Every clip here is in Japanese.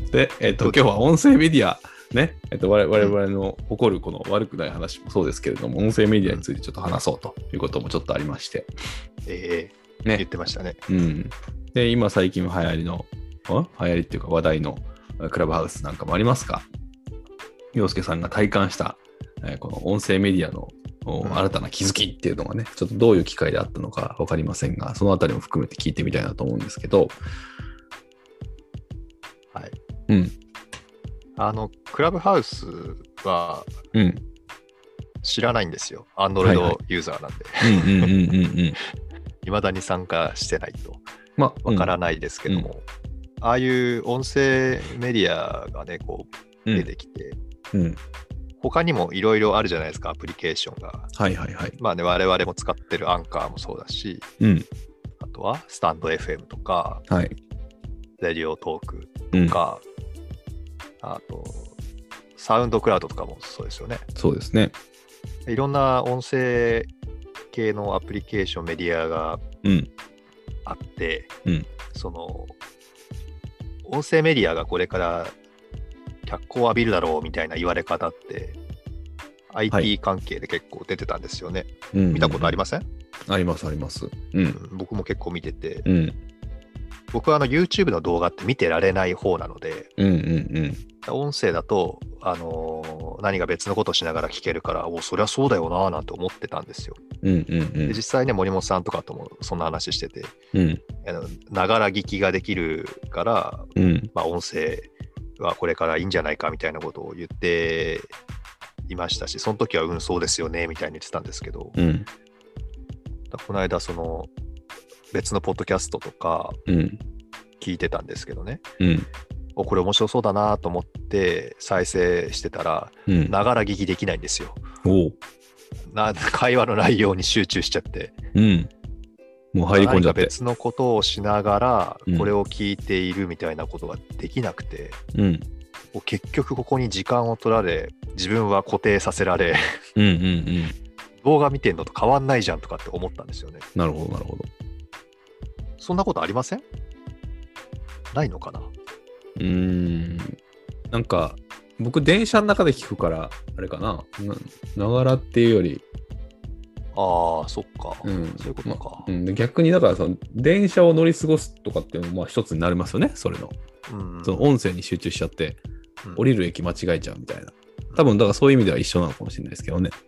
で、今日は音声メディア、ね、我々の誇るこの悪くない話もそうですけれども、音声メディアについてちょっと話そうということもちょっとありまして。 ね、言ってましたね。 うん。で、今最近流行りっていうか話題のクラブハウスなんかもありますか？陽介さんが体感した、この音声メディアの新たな気づきっていうのがね、ちょっとどういう機会であったのか分かりませんが、そのあたりも含めて聞いてみたいなと思うんですけど。 はい。 うん。 クラブハウスは知らないんですよ。Android ユーザーなんで。未だに参加してないと。わからないですけども、ああいう音声メディアがね、こう出てきて、他にもいろいろあるじゃないですか、アプリケーションが。 はいはいはい。 まあね、我々も使ってるアンカーもそうだし、あとはスタンド FM とか、レディオトークとか、あとサウンドクラウドとかもそうですよね。 そうですね。 いろんな音声系のアプリケーションメディアがあって、その音声メディアがこれから脚光を浴びるだろうみたいな言われ方って、IT 関係で結構出てたんですよね。見たことありません？ ありますあります。 僕も結構見てて、僕はYouTube の動画って見てられない方なので、音声だと、何か別のことをしながら聞けるから、そりゃそうだよななんて思ってたんですよ。で実際ね、森本さんとかともそんな話してて、ながら聞きができるから、音声はこれからいいんじゃないかみたいなことを言っていましたし、その時はそうですよねみたいに言ってたんですけど、この間その別のポッドキャストとか聞いてたんですけどね、これ面白そうだなと思って再生してたら、ながら聞きできないんですよ。会話の内容に集中しちゃって、 もう入り込んじゃって、 何か別のことをしながらこれを聞いているみたいなことができなくて、結局ここに時間を取られ、自分は固定させられ動画見てんのと変わんないじゃんとかって思ったんですよね。 なるほどなるほど。 そんなことありません？ないのかな？ なんか僕電車の中で聞くからあれかながらっていうより、 そっか、そういうことか。 で逆にだからその電車を乗り過ごすとかっていうのも一つになりますよね。それの、その音声に集中しちゃって、降りる駅間違えちゃうみたいな。多分だからそういう意味では一緒なのかもしれないですけどね。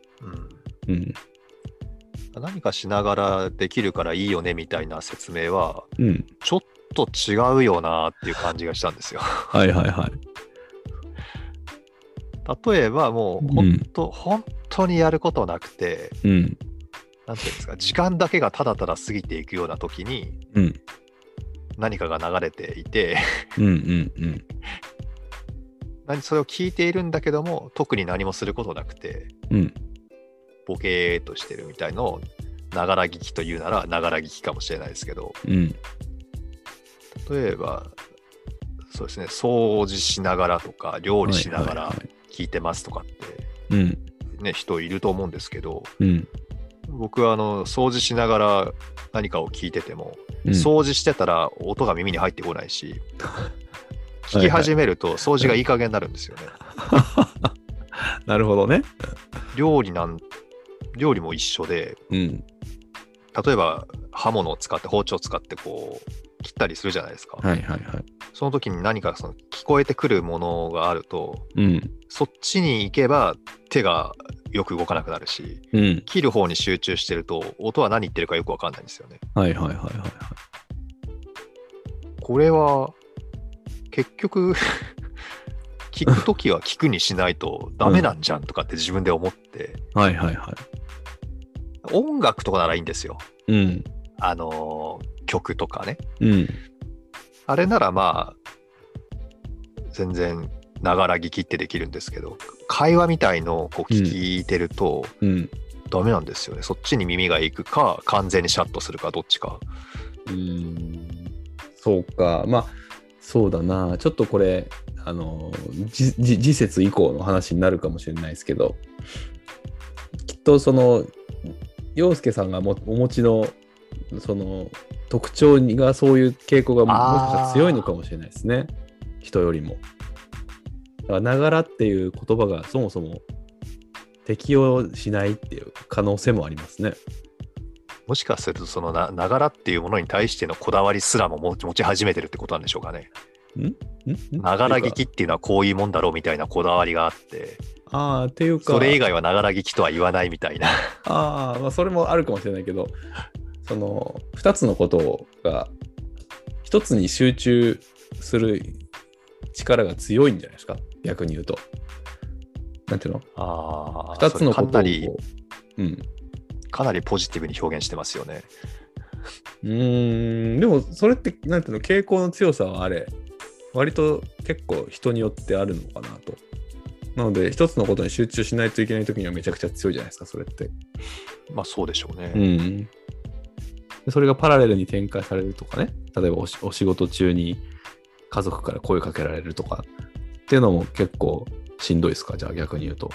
何かしながらできるからいいよねみたいな説明は、ちょっと違うよなっていう感じがしたんですよ。例えばもう本当にやることなくて、なんていうんですか、時間だけがただただ過ぎていくような時に、何かが流れていてそれを聞いているんだけども特に何もすることなくて、ボケーっとしてるみたいのをながら聞きというならながら聞きかもしれないですけど、例えばそうですね、掃除しながらとか料理しながら聞いてますとかってね、人いると思うんですけど、僕は掃除しながら何かを聞いてても、掃除してたら音が耳に入ってこないし、聞き始めると掃除がいい加減になるんですよね。 なるほどね。料理も一緒で、例えば刃物を使って包丁を使ってこう切ったりするじゃないですか。その時に何かその聞こえてくるものがあると、そっちに行けば手がよく動かなくなるし、切る方に集中してると音は何言ってるかよく分かんないんですよね。これは結局聞くときは聞くにしないとダメなんじゃんとかって自分で思って、音楽とかならいいんですよ。曲とかね、あれならまあ全然ながら聞きってできるんですけど、会話みたいのをこう聞いてるとダメなんですよね。そっちに耳が行くか完全にシャットするかどっちか。 そうか、まあそうだな。ちょっとこれ次節以降の話になるかもしれないですけど、きっとその陽介さんがお持ちのその特徴がそういう傾向がもしかしたら強いのかもしれないですね。 人よりも。だからながらっていう言葉がそもそも適用しないっていう可能性もありますね。 もしかするとそのながらっていうものに対してのこだわりすらも持ち始めてるってことなんでしょうかね。ながら聞きっていうのはこういうもんだろうみたいなこだわりがあって、 っていうかそれ以外はながら聞きとは言わないみたいな。 まあそれもあるかもしれないけど、その2つのことが1つに集中する力が強いんじゃないですか、逆に言うと。なんていうの？2つのことをかなりポジティブに表現してますよね。 でもそれってなんていうの、傾向の強さは割と結構人によってあるのかなと。なので一つのことに集中しないといけないときにはめちゃくちゃ強いじゃないですか、それって。 まあそうでしょうね。 それがパラレルに展開されるとかね、例えばお仕事中に家族から声かけられるとかっていうのも結構しんどいですか、じゃあ逆に言うと。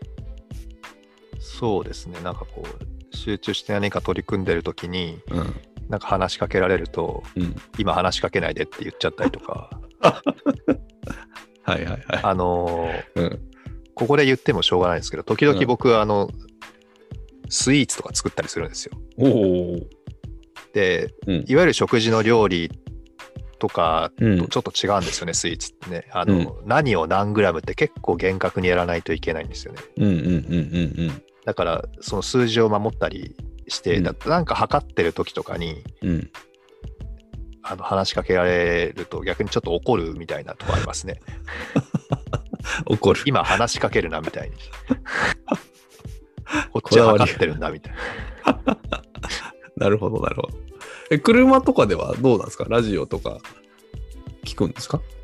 そうですね、なんかこう集中して何か取り組んでるときに、なんか話しかけられると、今話しかけないでって言っちゃったりとか。 はいはいはい。 ここで言ってもしょうがないですけど、時々僕スイーツとか作ったりするんですよ。で、いわゆる食事の料理とかとちょっと違うんですよね、スイーツってね。何を何グラムって結構厳格にやらないといけないんですよね。だからその数字を守ったりして、なんか測ってる時とかに、話しかけられると逆にちょっと怒るみたいなとこありますね。 怒る。 今話しかけるなみたいに。こっちは測ってるんだみたいな。 なるほどなるほど。車とかではどうなんですか？ラジオとか聞くんですか？